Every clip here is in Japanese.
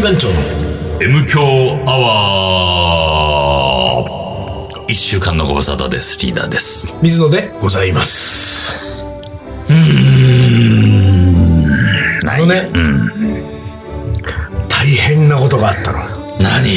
番長の M 強アワー。一週間のご無沙汰です。リーダーです。 水野でございます。 何ね、大変なことがあったの。 何？ い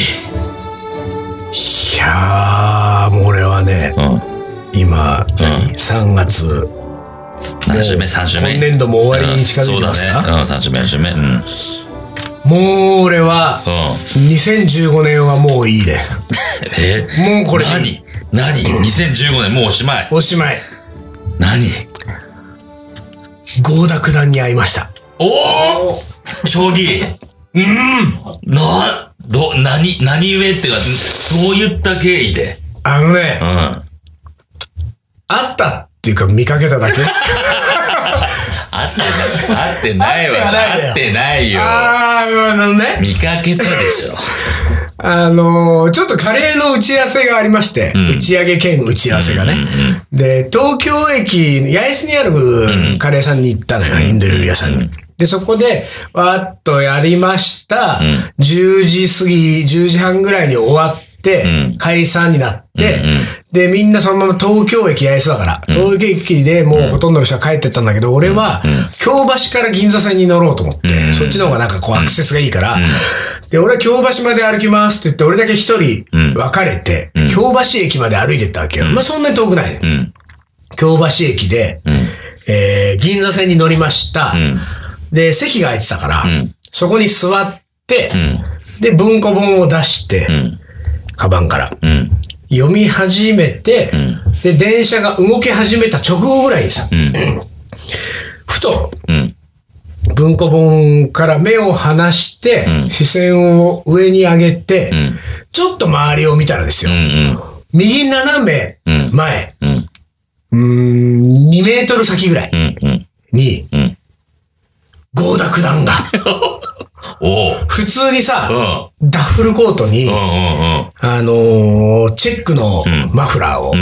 やー、もう俺はね、今、3月何週目？3週目。 今年度も終わりに近づいてますか？ そうだね。3週目、4週目。 もう俺は、2015年はもういいね。もうこれでいい。 何 ?2015 年もうおしまい。 おしまい。 何？ 合田九段に会いました。 おー！将棋。何故ってか、どういった経緯で？ 会ったっていうか見かけただけ。 会ってないわ。会ってないよ。 ね。 見かけたでしょ。 ちょっとカレーの打ち合わせがありまして、打ち上げ兼打ち合わせがね。で、東京駅、八重洲にあるカレー屋さんに行ったのよ、インド料理屋さんに。で、そこで、わーっとやりました。10時過ぎ、10時半ぐらいに終わって、解散になって、で、みんなそのまま東京駅八重洲だから、東京駅でもうほとんどの人は帰ってったんだけど、俺は、京橋から銀座線に乗ろうと思って、そっちの方がなんかこうアクセスがいいから、で、俺は京橋まで歩きますって言って、俺だけ一人分かれて、京橋駅まで歩いてったわけよ。まあそんなに遠くない。京橋駅で、銀座線に乗りました。で、席が空いてたから、そこに座って、で、文庫本を出して、カバンから。読み始めて、で、電車が動き始めた直後ぐらいにさ、ふと、文庫本から目を離して、視線を上に上げて、ちょっと周りを見たらですよ、右斜め前、2メートル先ぐらいに、合田九段が、普通にさ、ダッフルコートに、チェックのマフラーを、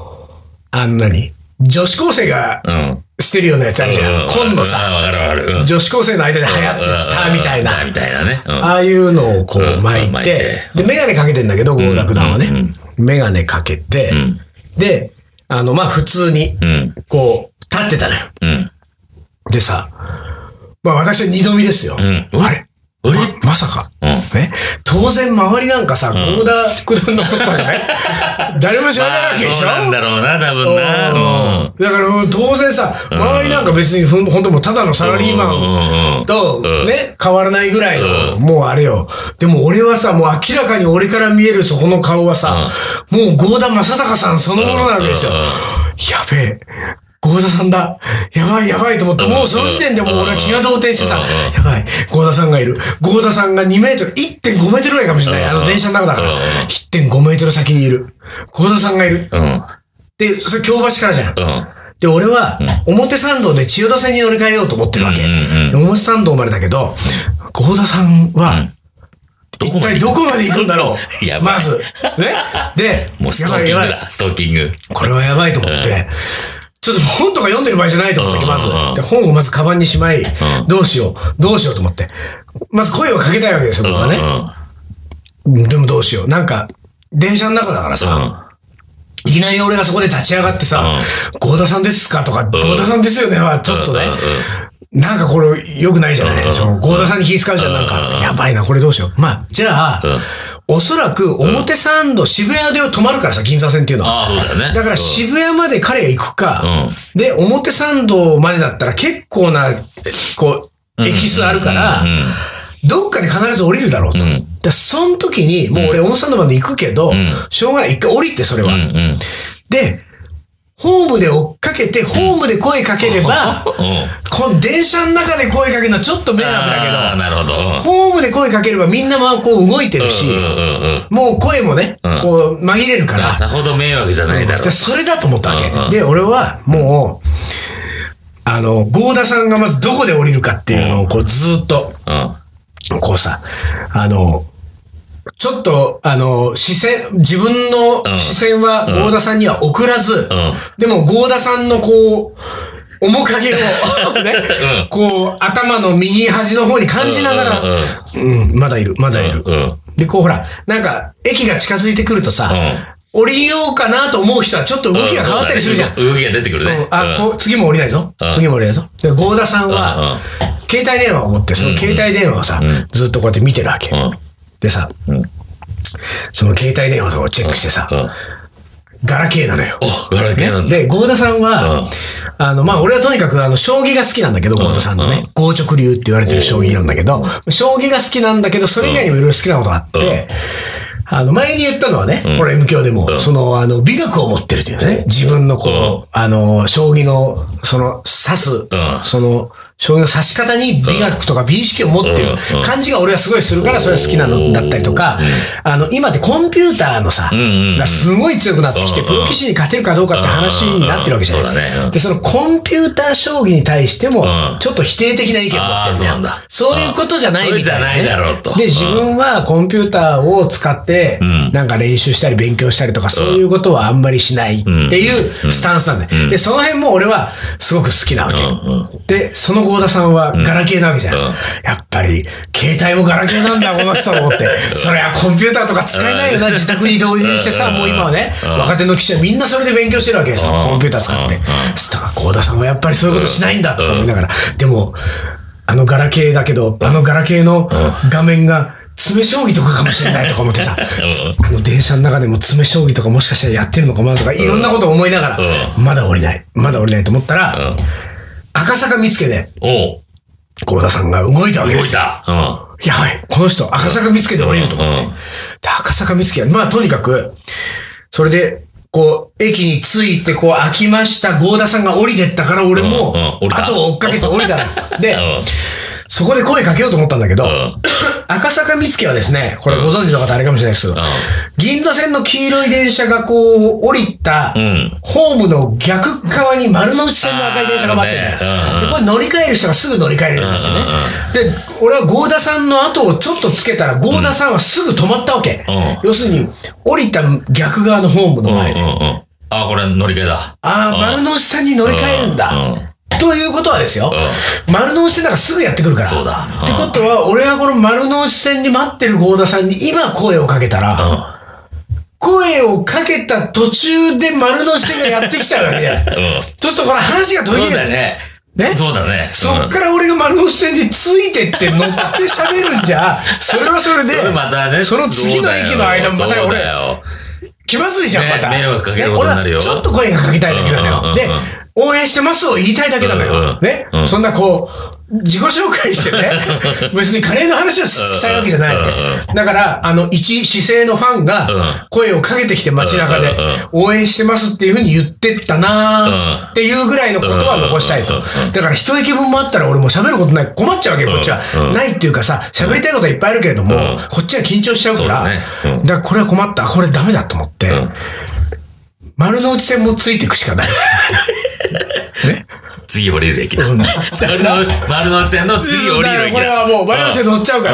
女子高生がしてるようなやつあるじゃん。今度さ、女子高生の間で流行ってたみたいな、ああいうのをこう巻いて、で、メガネかけてんだけど、合田九段はね。メガネかけて、で、まあ普通に、こう、立ってたのよ。でさ、まあ私は二度見ですよ。あれまさか。当然周りなんかさ、合田九段のことがね、誰も知らないわけでしょ。 そうなんだろうな、多分な。 だから当然さ、周りなんか別に本当もうただのサラリーマンとね、変わらないぐらいの、もうあれよ。でも俺はさ、もう明らかに俺から見えるそこの顔はさ、もう合田正孝さんそのものなわけですよ。やべえ。合田さんだ。やばいやばいと思って、もうその時点でもう俺は気が動転してさ、やばい、合田さんがいる。合田さんが2メートル、1.5 メートルぐらいかもしれない。電車の中だから。1.5 メートル先にいる。合田さんがいる。で、それ京橋からじゃん。で、俺は、表参道で千代田線に乗り換えようと思ってるわけ。表参道までだけど、合田さんは、一体どこまで行くんだろう。まず。ね。で、 もうストーキングだ、ストーキング。 これはやばいと思って、ちょっと本とか読んでる場合じゃないと思ったっけ、まず。で、本をまずカバンにしまい、どうしようと思って。まず声をかけたいわけですよ、僕はね。でもどうしよう。なんか、電車の中だからさ、いきなり俺がそこで立ち上がってさ、合田さんですかとか、合田さんですよねは、ちょっとね、なんかこれ良くないじゃない。その合田さんに気遣うじゃん。なんか、やばいな、これどうしよう。まあ、じゃあ、おそらく表参道、渋谷で止まるからさ、銀座線っていうのは。だから渋谷まで彼が行くか、で、表参道までだったら結構な、こう、エキスあるから、どっかで必ず降りるだろうと。で、その時に、もう俺表参道まで行くけど、しょうがない。一回降りて、それは。で、ホームで追っかけて、ホームで声かければ、この電車の中で声かけるのはちょっと迷惑だけど、 なるほど。 ホームで声かければみんなこう動いてるし、もう声もね、こう紛れるから。 さほど迷惑じゃないだろう。 それだと思ったわけ。で、俺はもう、合田さんがまずどこで降りるかっていうのをこうずっと、こうさ、ちょっと、自分の視線は合田さんには送らず、でも合田さんのこう、 面影を、ね、こう、頭の右端の方に感じながら、まだいる。で、こうほら、なんか、駅が近づいてくるとさ、降りようかなと思う人はちょっと動きが変わったりするじゃん。 動きが出てくるね。 次も降りないぞ。で、郷田さんは、携帯電話を持って、その携帯電話をさ、ずっとこうやって見てるわけ。でさ、その携帯電話をチェックしてさ、ガラケーなのよ。 ガラケーなんだ。 で、郷田さんは、まあ、俺はとにかく、将棋が好きなんだけど、郷田さんのね、豪直流って言われてる将棋なんだけど、将棋が好きなんだけど、それ以外にもいろいろ好きなことがあって、前に言ったのはね、これ M 教でも、美学を持ってるというね、自分のこう、将棋の、将棋の指し方に美学とか美意識を持ってる感じが俺はすごいするから、それ好きなのだったりとか、今ってコンピューターのさ、がすごい強くなってきて、プロ棋士に勝てるかどうかって話になってるわけじゃない。で、そのコンピューター将棋に対しても、ちょっと否定的な意見を持ってるんだよ。そういうことじゃないみたいな。 そうじゃないだろうと。 で、自分はコンピューターを使って、なんか練習したり勉強したりとか、そういうことはあんまりしないっていうスタンスなんだよ。で、その辺も俺はすごく好きなわけ。で、その郷田さんはガラケーなわけじゃん。やっぱり、携帯もガラケーなんだ、この人と思って。そりゃコンピューターとか使えないよな、自宅に導入してさ、もう今はね、若手の棋士はみんなそれで勉強してるわけですよ、コンピューター使って。そしたら、郷田さんはやっぱりそういうことしないんだ、とか思いながら。でも、ガラケーだけど、ガラケーの画面が、詰将棋とかかもしれないとか思ってさ、電車の中でも詰将棋とかもしかしたらやってるのかなとか、いろんなことを思いながら、まだ降りないと思ったら、赤坂見附で、郷田さんが動いたわけですよ。やばい、この人、赤坂見附で降りると思って。赤坂見附は、まあとにかく、それで、こう、駅に着いて、こう、開きました、郷田さんが降りてったから、俺も、後を追っかけて降りたの。で、そこで声かけようと思ったんだけど、赤坂見附はですね、これご存知の方あれかもしれないですけど、銀座線の黄色い電車がこう、降りた、ホームの逆側に丸の内線の赤い電車が待ってるんだよ。で、これ乗り換える人がすぐ乗り換えれるんだってね。で、俺は郷田さんの後をちょっとつけたら、郷田さんはすぐ止まったわけ。要するに、降りた逆側のホームの前で。 これ乗り換えだ。 丸の内線に乗り換えるんだ。ということはですよ、丸の内線なんかすぐやってくるから。 そうだ。 ってことは、俺はこの丸の内線に待ってる郷田さんに今声をかけたら、声をかけた途中で丸の内線がやってきちゃうわけで。そうするとこれ話が途切れる。 そうだね。そうだね。 そっから俺が丸の内線についてって乗って喋るんじゃ、それはそれで、その次の駅の間もまた俺、気まずいじゃん、また。 迷惑かけることになるよ。 ちょっと声がかけたいだけなのよ。で、応援してますを言いたいだけなのよ。ね。そんなこう、自己紹介してね、別にカレーの話をしたいわけじゃない。だから、一姿勢のファンが声をかけてきて街中で応援してますっていう風に言ってったなーっていうぐらいのことは残したいと。だから一駅分もあったら俺も喋ることない。困っちゃうわけよ、こっちは。ないっていうかさ、喋りたいことはいっぱいあるけれども、こっちは緊張しちゃうから、だからこれは困った。これダメだと思って、丸の内線もついていくしかない。 ね。次降りる駅だ。丸の内線の次降りる駅だ。 これはもう丸の内線乗っちゃうから。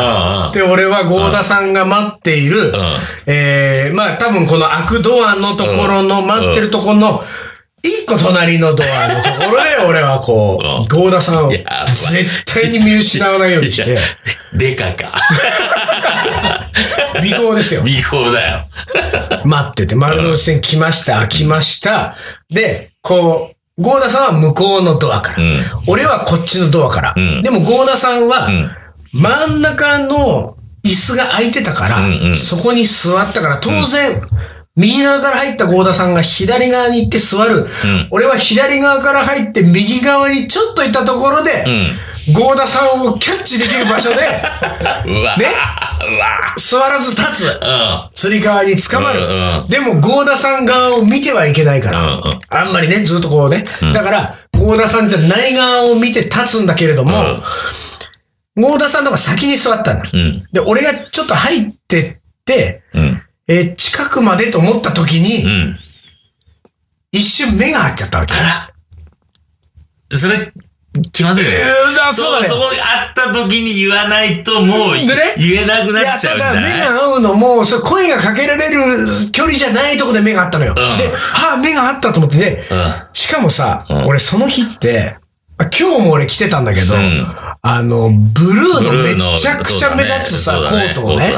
で、俺は郷田さんが待っている、まあ多分この開くドアのところの待ってるところの、一個隣のドアのところで俺はこう、郷田さんを絶対に見失わないようにして。 でかか。 尾行ですよ。 尾行だよ。 待ってて、丸の内線来ました、開きました。で、こう、郷田さんは向こうのドアから。俺はこっちのドアから。でも郷田さんは、真ん中の椅子が空いてたから、そこに座ったから、当然、右側から入った郷田さんが左側に行って座る。俺は左側から入って右側にちょっと行ったところで、郷田さんをキャッチできる場所で、ね、座らず立つ。つり革に捕まる。でも郷田さん側を見てはいけないから。あんまりね、ずっとこうね。だから、郷田さんじゃない側を見て立つんだけれども、郷田さんの方が先に座ったんだ。で、俺がちょっと入ってって、近くまでと思った時に、一瞬目が合っちゃったわけ。 それ、 気まずいよね。 そうだね。 そう会った時に言わないともう言えなくなっちゃうじゃない。 いや、ただ目が合うのも、声がかけられる距離じゃないとこで目があったのよ。で、目があったと思って、しかもさ、俺その日って、今日も俺着てたんだけど、ブルーのめちゃくちゃ目立つさ、コートをね。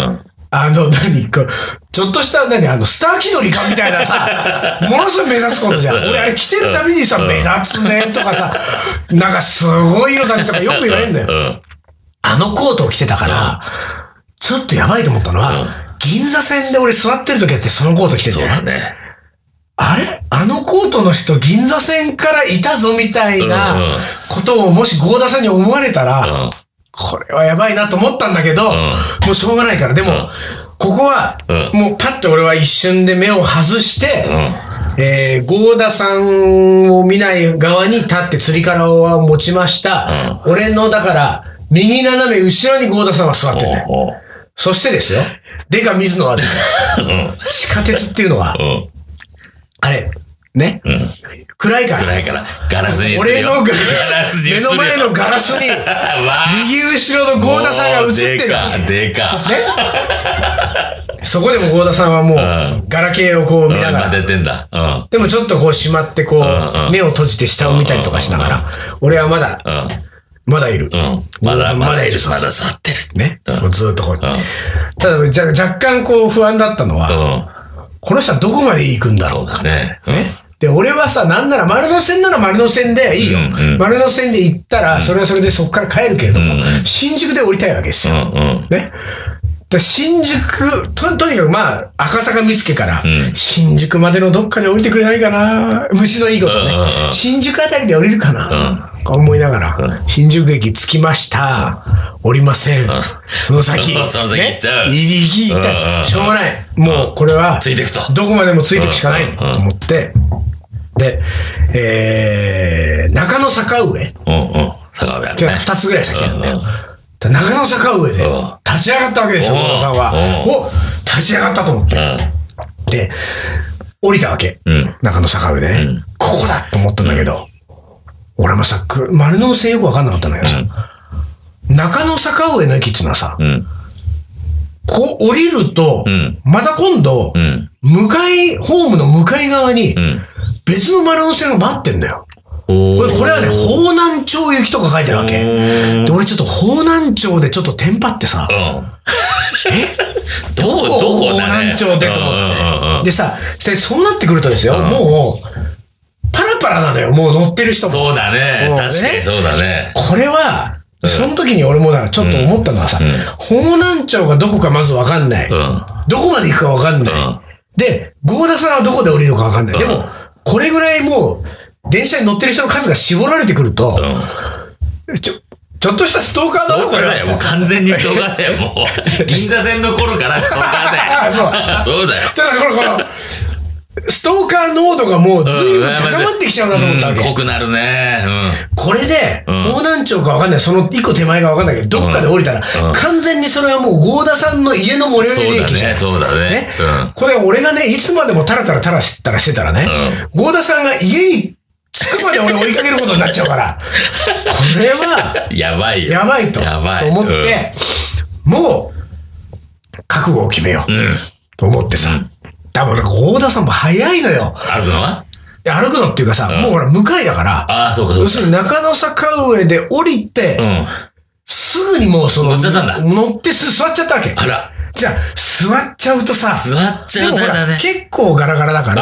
ちょっとした、スター気取りかみたいなさ、ものすごい目立つことじゃん。俺あれ着てるたびにさ、目立つねとかさ、なんかすごい色だねとかよく言われるんだよ。あのコートを着てたから、ちょっとやばいと思ったのは、銀座線で俺座ってる時やってそのコート着てて。 そうだね。 あれあのコートの人銀座線からいたぞみたいなことをもし合田さんに思われたら、これはやばいなと思ったんだけど、もうしょうがないから。でも、ここは、もうパッと俺は一瞬で目を外して、合田さんを見ない側に立って釣り殻を持ちました。俺の、だから、右斜め後ろに合田さんは座ってるね。そしてですよ、でか水野はですね、地下鉄っていうのは、あれ、ね、暗いから。 暗いから。ガラスに俺の目の前のガラスに、右後ろの合田さんが映ってる。 でか。 そこでも合田さんはもう、ガラケーをこう見ながら。 出てんだ。 でもちょっとこうしまってこう、目を閉じて下を見たりとかしながら、俺はまだいる。 まだいる。まだ座ってる。 ね。ずっとこう。ただ、若干こう不安だったのは、この人はどこまで行くんだろうか。 そうだね。 で、俺はさ、なんなら丸の線なら丸の線でいいよ。丸の線で行ったら、それはそれでそこから帰るけれども、新宿で降りたいわけですよ。ね。新宿、とにかくまあ、赤坂見附から、新宿までのどっかで降りてくれないかな。虫のいいことね。新宿あたりで降りるかな。思いながら、新宿駅着きました。降りません。その先。 行っちゃう。 行ったしょうがない。もうこれは、 ついていくと。 どこまでもついていくしかないと思って、で、中野坂上。 坂上あるね。 じゃあ2つぐらい先なんだよ。中野坂上で立ち上がったわけですよ、小田さんは。立ち上がったと思って。で、降りたわけ。中野坂上でね。ここだと思ったんだけど、俺もさ、丸の線よくわかんなかったんだけどさ、中野坂上の駅っていうのはさ、こう降りると、また今度、ホームの向かい側に、別の丸の線が待ってんだよ。これはね、方南町行きとか書いてあるわけ。で、俺ちょっと方南町でちょっとテンパってさ、どこ方南町でと思って。でさ、そうなってくるとですよ、もう、パラパラなのよ、もう乗ってる人も。 そうだね。確かにそうだね。 これは、その時に俺もちょっと思ったのはさ、方南町がどこかまずわかんない。どこまで行くかわかんない。で、合田さんはどこで降りるのかわかんない。でも、これぐらいもう、電車に乗ってる人の数が絞られてくると、ちょっとしたストーカーだろ、これは。 もう完全にストーカーだよ、もう。銀座線の頃からストーカーだよ。そうだよ。 ただ、この、ストーカー濃度がもう随分高まってきちゃうなと思ったわけ。 濃くなるね。 これで、方南町かわかんない、その一個手前がわかんないけど、どっかで降りたら、完全にそれはもう合田さんの家の最寄り駅じゃん。 そうだね。 これ俺がね、いつまでもタラタラしてたらね、合田さんが家に着くまで俺追いかけることになっちゃうから、これは、 やばいよ。 やばいと思って、もう、覚悟を決めよう。と思ってさ、多分合田さんも早いのよ。 歩くのは？ 歩くのっていうかさ、もうほら、向かいだから、要するに中野坂上で降りて、すぐにもう乗って座っちゃったわけ。 あら。 じゃあ、座っちゃうとさ、 座っちゃうとだね。 結構ガラガラだから、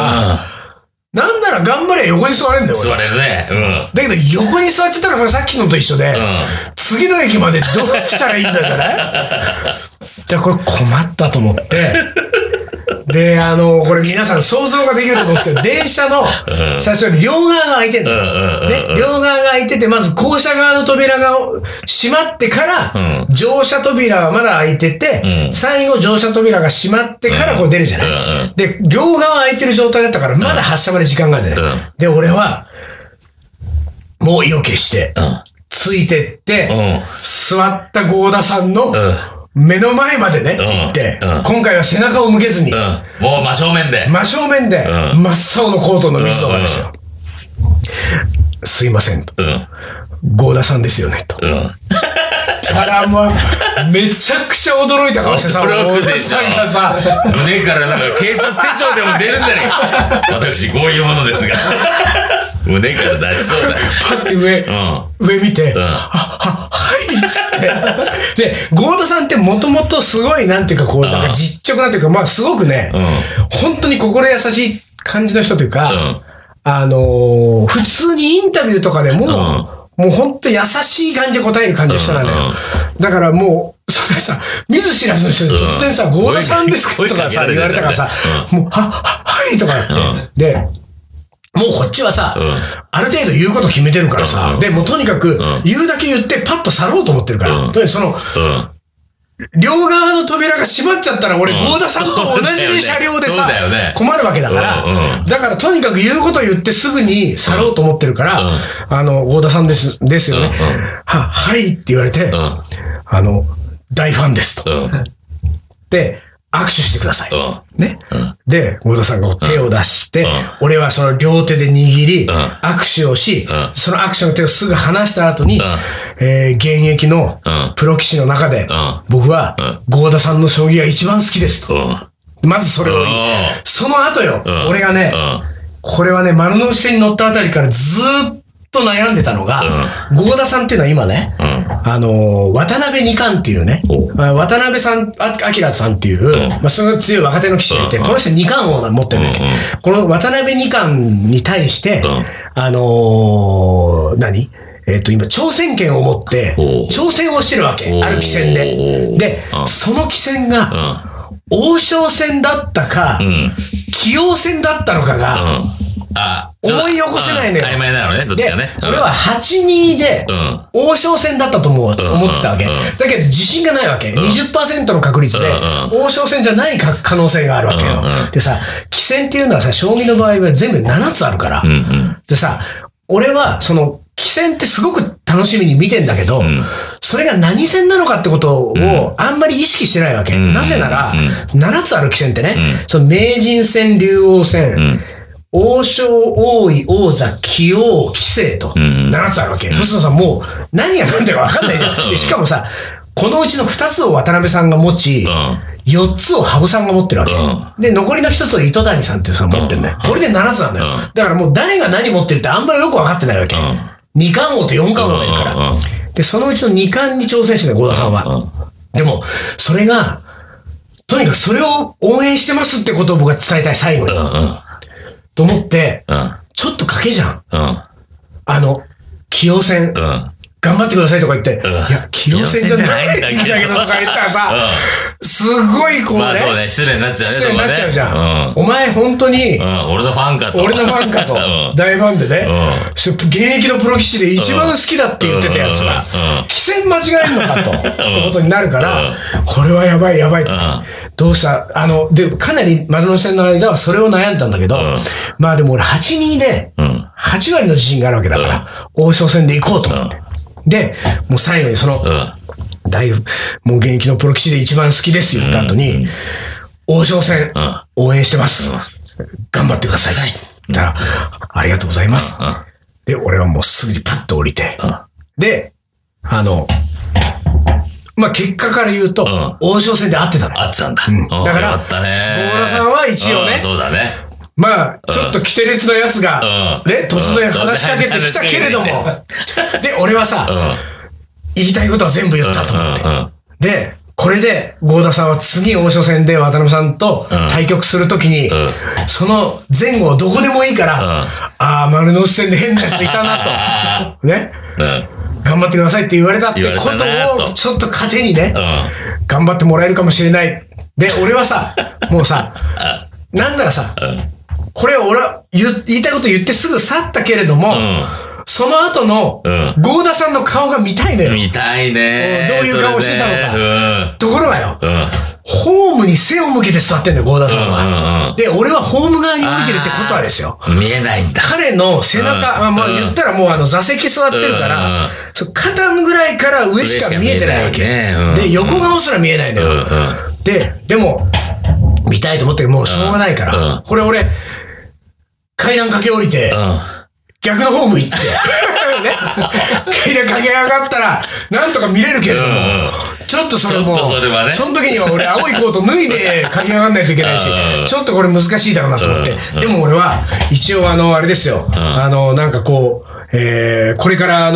なんなら頑張れ横に座れんだよ、 座れるね。 だけど横に座っちゃったらさっきのと一緒で、次の駅までどうしたらいいんだじゃないじゃあこれ困ったと思って、で、これ皆さん想像ができると思うんですけど、電車の最初に両側が開いてんの。ね、両側が開いてて、まず降車側の扉が閉まってから、乗車扉はまだ開いてて、最後乗車扉が閉まってからこう出るじゃない。で、両側開いてる状態だったから、まだ発車まで時間があるんだよ。で、俺は、もう意を決して、ついてって、座った合田さんの、目の前までね、行って、今回は背中を向けずに、もう真正面で。 真正面で、真っ青のコートの水野がですよ。すいませんと。 合田さんですよね、と。たらまあ、めちゃくちゃ驚いた顔してさ、 驚くでしょ。胸からなんか警察手帳でも出るんじゃないか。私、こういうものですが。胸から出しそうだよ。 パッて上見て、はいっつって。で、合田さんってもともとすごいなんていうかこう、なんか実直なんていうか、まあすごくね、本当に心優しい感じの人というか、普通にインタビューとかでも、もう本当優しい感じで答える感じの人なんだよ。だからもう、それさ、見ず知らずの人に突然さ、合田さんですかとかさ、言われたからさ、もう、はいとかなって。で、もうこっちはさ、ある程度言うこと決めてるからさ、で、もうとにかく言うだけ言ってパッと去ろうと思ってるから、とにその、両側の扉が閉まっちゃったら俺、合田さんと同じ車両でさ、困るわけだから、だからとにかく言うこと言ってすぐに去ろうと思ってるから、合田さんですよね。はいって言われて、大ファンですと。で、握手してください。ね。で、合田さんが手を出して、俺はその両手で握り、握手をし、その握手の手をすぐ離した後に、現役のプロ棋士の中で、僕は合田さんの将棋が一番好きですと。まずそれを言い、その後よ、俺がね、これはね、丸の内線に乗ったあたりからずーっと悩んでたのが、合田さんっていうのは今ね、渡辺二冠っていうね、渡辺さん、明さんっていう、まあ、その強い若手の棋士がいて、この人二冠王持ってるんだけど、この渡辺二冠に対して、今、挑戦権を持って、挑戦をしてるわけ。ある棋戦で。で、その棋戦が、王将戦だったか、棋王戦だったのかが、思い起こせないのよ。 曖昧なのね、どっちかね。 俺は 8-2 で、王将戦だったと思ってたわけ。だけど自信がないわけ。20% の確率で、王将戦じゃない可能性があるわけよ。でさ、棋戦っていうのはさ、将棋の場合は全部7つあるから。でさ、俺は、その、棋戦ってすごく楽しみに見てんだけど、それが何戦なのかってことをあんまり意識してないわけ。なぜなら、7つある棋戦ってね、その名人戦、竜王戦、王将、王位、王座、棋王、棋聖と7つあるわけ。そうするとさ、もう何が何だか分かんないじゃん。しかもさ、このうちの2つを渡辺さんが持ち、4つを羽生さんが持ってるわけ。で、残りの1つを糸谷さんってさ、持ってるんだよ。これで7つなんだよ。だからもう誰が何持ってるってあんまりよく分かってないわけ。2冠王と4冠王がいるから。で、そのうちの2冠に挑戦してね、合田さんは。でも、それが、とにかくそれを応援してますってことを僕は伝えたい、最後に。と思って、ちょっと賭けじゃん。棋王戦、頑張ってくださいとか言って、いや、棋王戦じゃないんだけどとか言ったらさ、すごいこうね。 まあそうね、失礼になっちゃうね。 失礼になっちゃうじゃん。お前本当に、 俺のファンかと。 俺のファンかと。大ファンでね。現役のプロ棋士で一番好きだって言ってたやつが、棋戦間違えるのかと。ってことになるから、これはやばいやばいと。どうしたで、かなり丸の内線の間はそれを悩んだんだけど、まあでも俺8-2で、8割の自信があるわけだから、王将戦で行こうと思って。で、もう最後にその、もう現役のプロ棋士で一番好きです言った後に、王将戦、応援してます。頑張ってください。だから、ありがとうございます。で、俺はもうすぐにパッと降りて、で、まあ、結果から言うと、王将戦で合ってたの。 合ってたんだ。 だから、合田さんは一応ね、 そうだね。 まあ、ちょっとキテレツなやつが、ね、突然話しかけてきたけれども、で、俺はさ、言いたいことは全部言ったと思って。で、これで、合田さんは次王将戦で渡辺さんと対局するときに、その前後どこでもいいから、丸の内線で変なやついたなと。ね。頑張ってくださいって言われたってことを、ちょっと糧にね、頑張ってもらえるかもしれない。で、俺はさ、もうさ、なんならさ、これ俺は言いたいこと言ってすぐ去ったけれども、その後の合田さんの顔が見たいのよ。 見たいね。 どういう顔してたのか。ところがよ、ホームに背を向けて座ってんだよ、合田さんは。で、俺はホーム側に降りてるってことはですよ。 見えないんだ。 彼の背中、まあ言ったらもう座席座ってるから、肩ぐらいから上しか見えてないわけ。で、横顔すら見えないのよ。でも、見たいと思ってもうしょうがないから、これ俺、階段駆け下りて、 逆のホーム行って、ね。で、駆け上がったら、なんとか見れるけれども、ちょっとそれも、その時には俺、青いコート脱いで駆け上がんないといけないし、ちょっとこれ難しいだろうなと思って。でも俺は、一応あれですよ。なんかこう、これから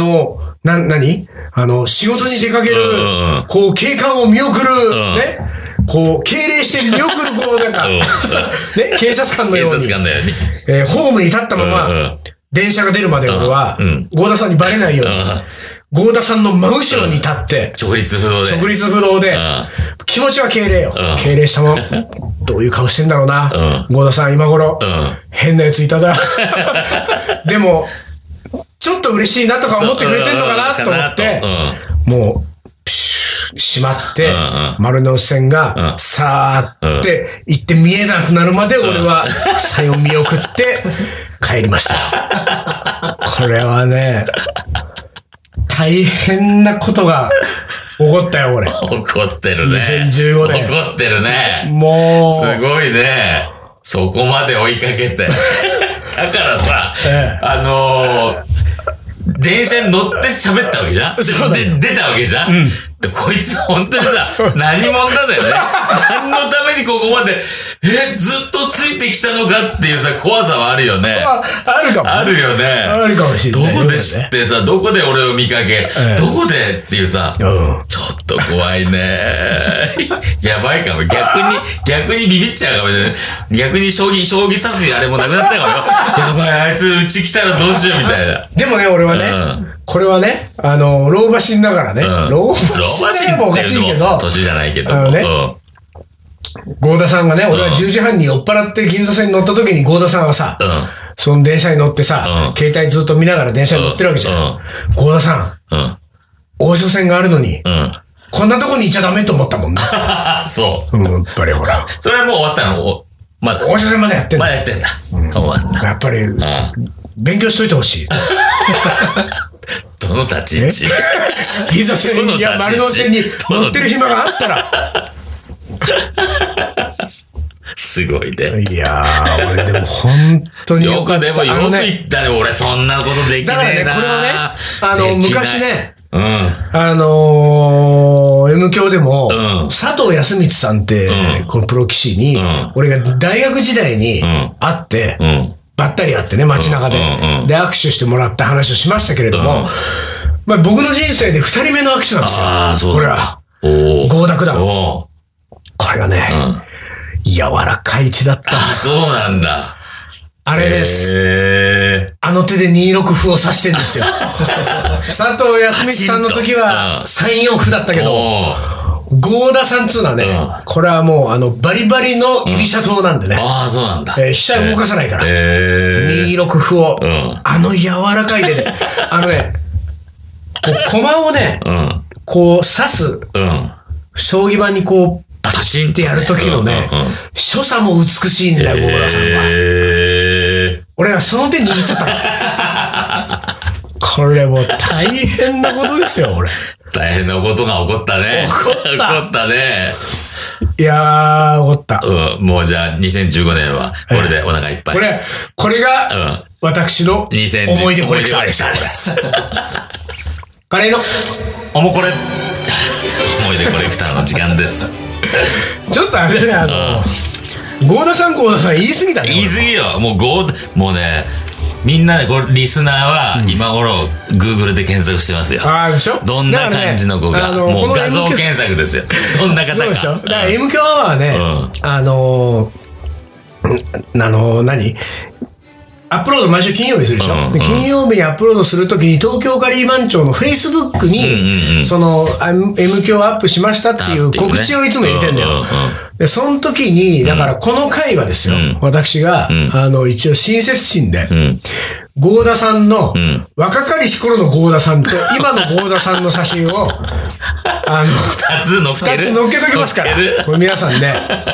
仕事に出かける、こう、警官を見送る、ね。こう、敬礼して見送る、こう、なんか、ね、警察官のように、ホームに立ったまま、電車が出るまで俺は、合田さんにバレないように、合田さんの真後ろに立って、 直立不動で。 直立不動で、気持ちは敬礼よ。敬礼したもん。どういう顔してんだろうな。合田さん今頃、変なやついただ。でも、ちょっと嬉しいなとか思ってくれてんのかなと思って、もう、閉まって、丸の内線が、さーって行って見えなくなるまで俺は、さよ見送って帰りました。これはね、大変なことが起こったよ、俺。 起こってるね。 2015年。 起こってるね。 もう。 すごいね。そこまで追いかけて。だからさ、電車に乗って喋ったわけじゃん。で、出たわけじゃん。で、こいつ本当にさ、何者なんだよね。何のためにここまで、ずっとついてきたのかっていうさ、怖さはあるよね。 あるかも。 あるよね。 あるかもしれない。 どこで知ってさ、どこで俺を見かけ、どこでっていうさ、ちょっと怖いね。やばいかも。逆にビビっちゃうかもね。逆に将棋指すあれもなくなっちゃうかもよ。やばい、あいつうち来たらどうしようみたいな。 でもね、俺はね、これはね、老婆心ながらね、老婆心もおかしいけど、 年じゃないけど。 合田さんがね、俺は10時半に酔っ払って銀座線に乗った時に合田さんはさ、その電車に乗ってさ、携帯ずっと見ながら電車に乗ってるわけじゃん。合田さん、大所線があるのに、こんなとこにいちゃダメと思ったもんね。 そう。 やっぱりほら。 それはもう終わったの？まだ。 大所線までやってんだ。 まだやってんだ。 やっぱり、勉強しといてほしい。 どの立ち位置？ 銀座線や丸の内線に乗ってる暇があったら。 すごいね。 いやー、俺でも本当によくでもよく言ったね。俺そんなことできねえな。 だからね、これはね、昔ね、 M 教でも、佐藤康光さんって、このプロ棋士に、俺が大学時代に会って、ばったり会ってね、街中で。で、握手してもらった話をしましたけれども、まあ僕の人生で2人目の握手なんですよ。これは。合田九段。これがね、柔らかい手だった。 そうなんだ。 あれです。あの手で2六歩を指してんですよ。佐藤康光さんの時は3四歩だったけど、合田さんつうのはね、これはもうバリバリの居飛車党なんでね。 ああ、そうなんだ。 飛車動かさないから。2六歩を、柔らかい手で、駒をね、こう指す、将棋盤にこう、パチンってやるときのね、所作も美しいんだよ、合田さんは。俺はその手握っちゃった。これもう大変なことですよ、俺。 大変なことが起こったね。起こったね。 いやー、起こった。 もうじゃあ2015年は、これでお腹いっぱい。 これが、私の思い出コレクターでした。カレーの、 おもこれ。思い出コレクターの時間です。 ちょっとあれね、合田さん言い過ぎたね。 言い過ぎよ。もうね、みんなね、リスナーは今頃、Google で検索してますよ。 ああ、でしょ？ どんな感じの子が。もう画像検索ですよ。どんな方か。 そうでしょ？だから M 響アワーね、何？アップロード毎週金曜日するでしょ、で金曜日にアップロードするときに東京カリー番長の Facebook に、その M 響アップしましたっていう告知をいつも入れてんだよ。で、その時に、だからこの回はですよ、私が、一応親切心で、合田さんの、若かりし頃の合田さんと今の合田さんの写真を、 二つ乗っけときますから。これ皆さんね。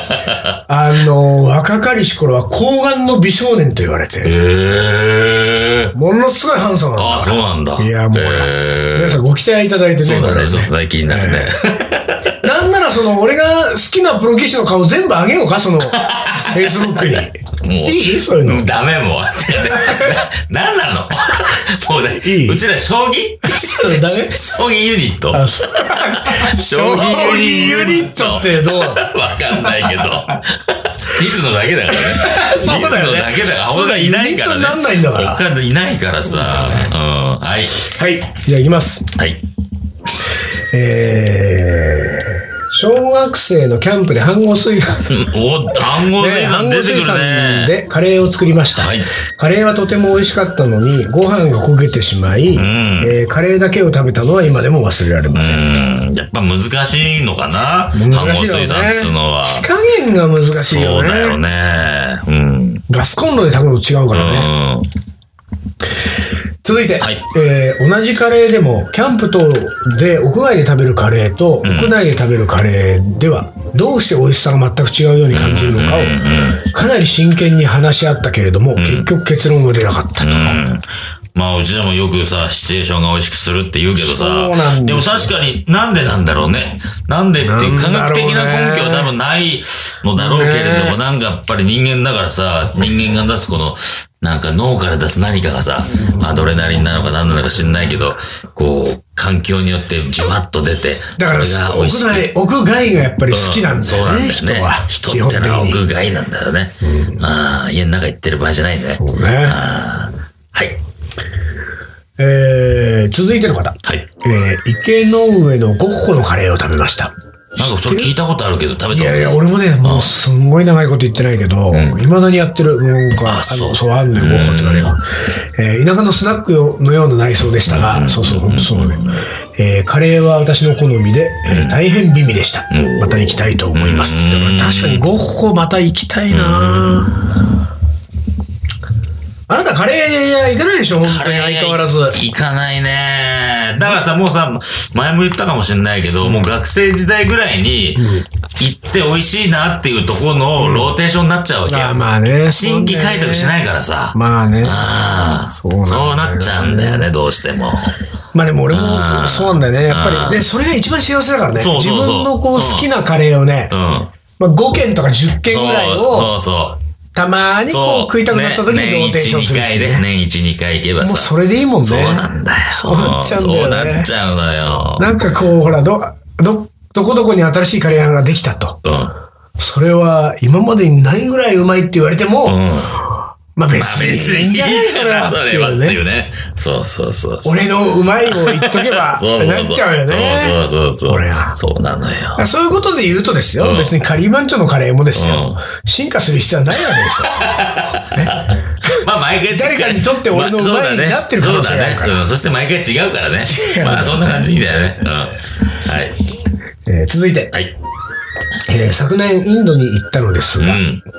若かりし頃は睾丸の美少年と言われて。ものすごいハンサムなんだ。 あ、そうなんだ。 いや、もう皆さんご期待いただいてね。 そうだね、ちょっと最近になるね。 なんなら俺が好きなプロ棋士の顔全部あげようか、Facebook に。いいそういうの。 ダメもう。なんなのもうね、 いいうちら将棋ダメ将棋ユニット将棋ユニットってどうわかんないけど。水野だけだからね。 そうだよね。 水野だけだから。他いないからね。 ユニットになんないんだから。 他いないからさ。はい。 はい。じゃあ行きます。 はい。 小学生のキャンプで飯盒炊飯飯盒炊飯でカレーを作りました、はい、カレーはとても美味しかったのにご飯が焦げてしまい、カレーだけを食べたのは今でも忘れられません。 やっぱ難しいのかな、 難しいよね。火加減が難しいよね。 そうだよね、 ガスコンロで炊くのと違うからね。続いて、はい、同じカレーでもキャンプ等で屋外で食べるカレーと屋内で食べるカレーではどうして美味しさが全く違うように感じるのかをかなり真剣に話し合ったけれども、結局結論が出なかったと。 まあうちでもよくさ、シチュエーションが美味しくするって言うけどさ、 でも確かになんでなんだろうね。なんでっていう科学的な根拠は多分ないのだろうけれども、なんかやっぱり人間だからさ、人間が出すこの、なんか脳から出す何かがさ、アドレナリンなのか何なのか知んないけど、こう、環境によってじわっと出て、 だから屋外がやっぱり好きなんだよね、 そうなんだよね。人ってのは屋外なんだよね。家の中行ってる場合じゃないね。はい。 続いての方。 はい。 池の上のゴッホのカレーを食べました。 なんかそれ聞いたことあるけど食べたことない。 いやいや、俺もね、もうすんごい長いこと言ってないけど、未だにやってる、なんか、そう、あんのよ、ゴッホって言われが。田舎のスナックのような内装でしたが、そう、ほんとそうね。カレーは私の好みで、大変美味でした。また行きたいと思います。確かにゴッホまた行きたいなあなたカレー屋行かないでしょ、本当に相変わらず。 行かないね。だからさ、もうさ、前も言ったかもしれないけど、もう学生時代ぐらいに行って美味しいなっていうところのローテーションになっちゃうわけよ。 まあね。 新規開拓しないからさ。 まあね。 そうなっちゃうんだよね、どうしても。 まあでも俺もそうなんだよね。やっぱり。で、それが一番幸せだからね。自分のこう好きなカレーをね、まあ5軒とか10軒ぐらいを、たまにこう食いたくなった時にローテーションする、 年1、2回で、年1、2回行けばさ。 もうそれでいいもんね。 そうなんだよ。 そうなっちゃうんだよね。 そうなっちゃうのよ。 なんかこう、ほら、どこどこに新しいカレー屋ができたと。それは今までにないぐらいうまいって言われても、まあ別にいいんじゃないかなっていうね。 そう。 俺のうまいを言っとけば、なっちゃうよね。 そう。そうなのよ。 そういうことで言うとですよ、別にカリー番長のカレーもですよ、進化する必要はないわけですよ。 まあ毎回誰かにとって俺のうまいになってる可能性があるから。 そして毎回違うからね。まあそんな感じだよね。はい。 続いて。はい。昨年インドに行ったのですが、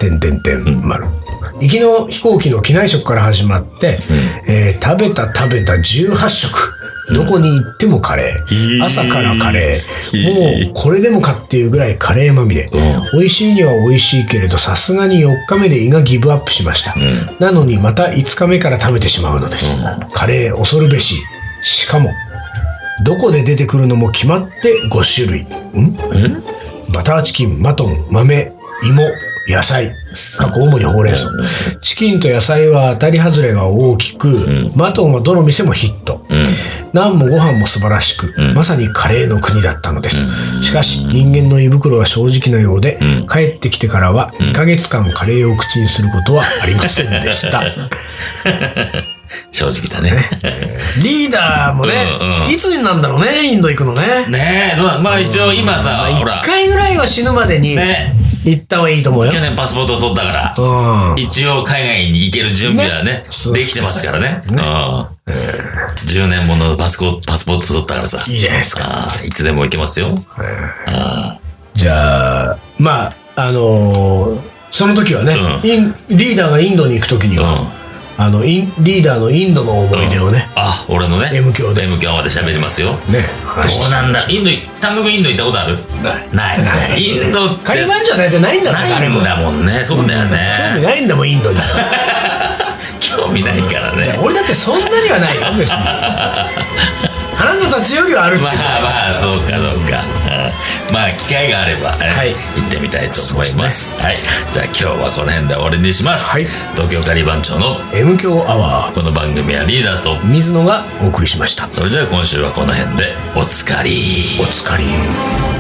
行きの飛行機の機内食から始まって、食べた18食。どこに行ってもカレー。朝からカレー。もうこれでもかっていうぐらいカレーまみれ。美味しいには美味しいけれど、さすがに4日目で胃がギブアップしました。なのにまた5日目から食べてしまうのです。カレー恐るべし。しかも、どこで出てくるのも決まって5種類。バターチキン、マトン、豆、芋、野菜。主にほうれん草。チキンと野菜は当たり外れが大きく、マトンはどの店もヒット。ナンもご飯も素晴らしく、まさにカレーの国だったのです。しかし、人間の胃袋は正直なようで、帰ってきてからは2ヶ月間カレーを口にすることはありませんでした。 正直だね。 リーダーもね、いつになんだろうね、インド行くのね。 ねえ、まあ一応今さ、ほら。 1回ぐらいは死ぬまでに行った方がいいと思うよ。 去年パスポート取ったから、一応海外に行ける準備はね、できてますからね。10年ものパスポート取ったからさ。 いいじゃないですか。 いつでも行けますよ。 じゃあ、まあ、その時はね、リーダーがインドに行く時には、リーダーのインドの思い出をね。 俺のね。 M響で。 M響まで喋りますよ。 ね。 どうなんだ。単独インド行ったことある？ない。インドって。 カリバンジャ大体ないんだから。 ないんだもんね。そうだよね。 興味ないんだもん、インドに。 興味ないからね。 俺だってそんなにはないよ、別に。あなたたちよりはあるって。 まあ、そうか。 まあ、機会があれば、行ってみたいと思います。はい。じゃあ今日はこの辺で終わりにします。はい。東京カリバン長の M 強アワー。 この番組はリーダーと水野がお送りしました。 それじゃあ今週はこの辺でおつかり。 おつかり。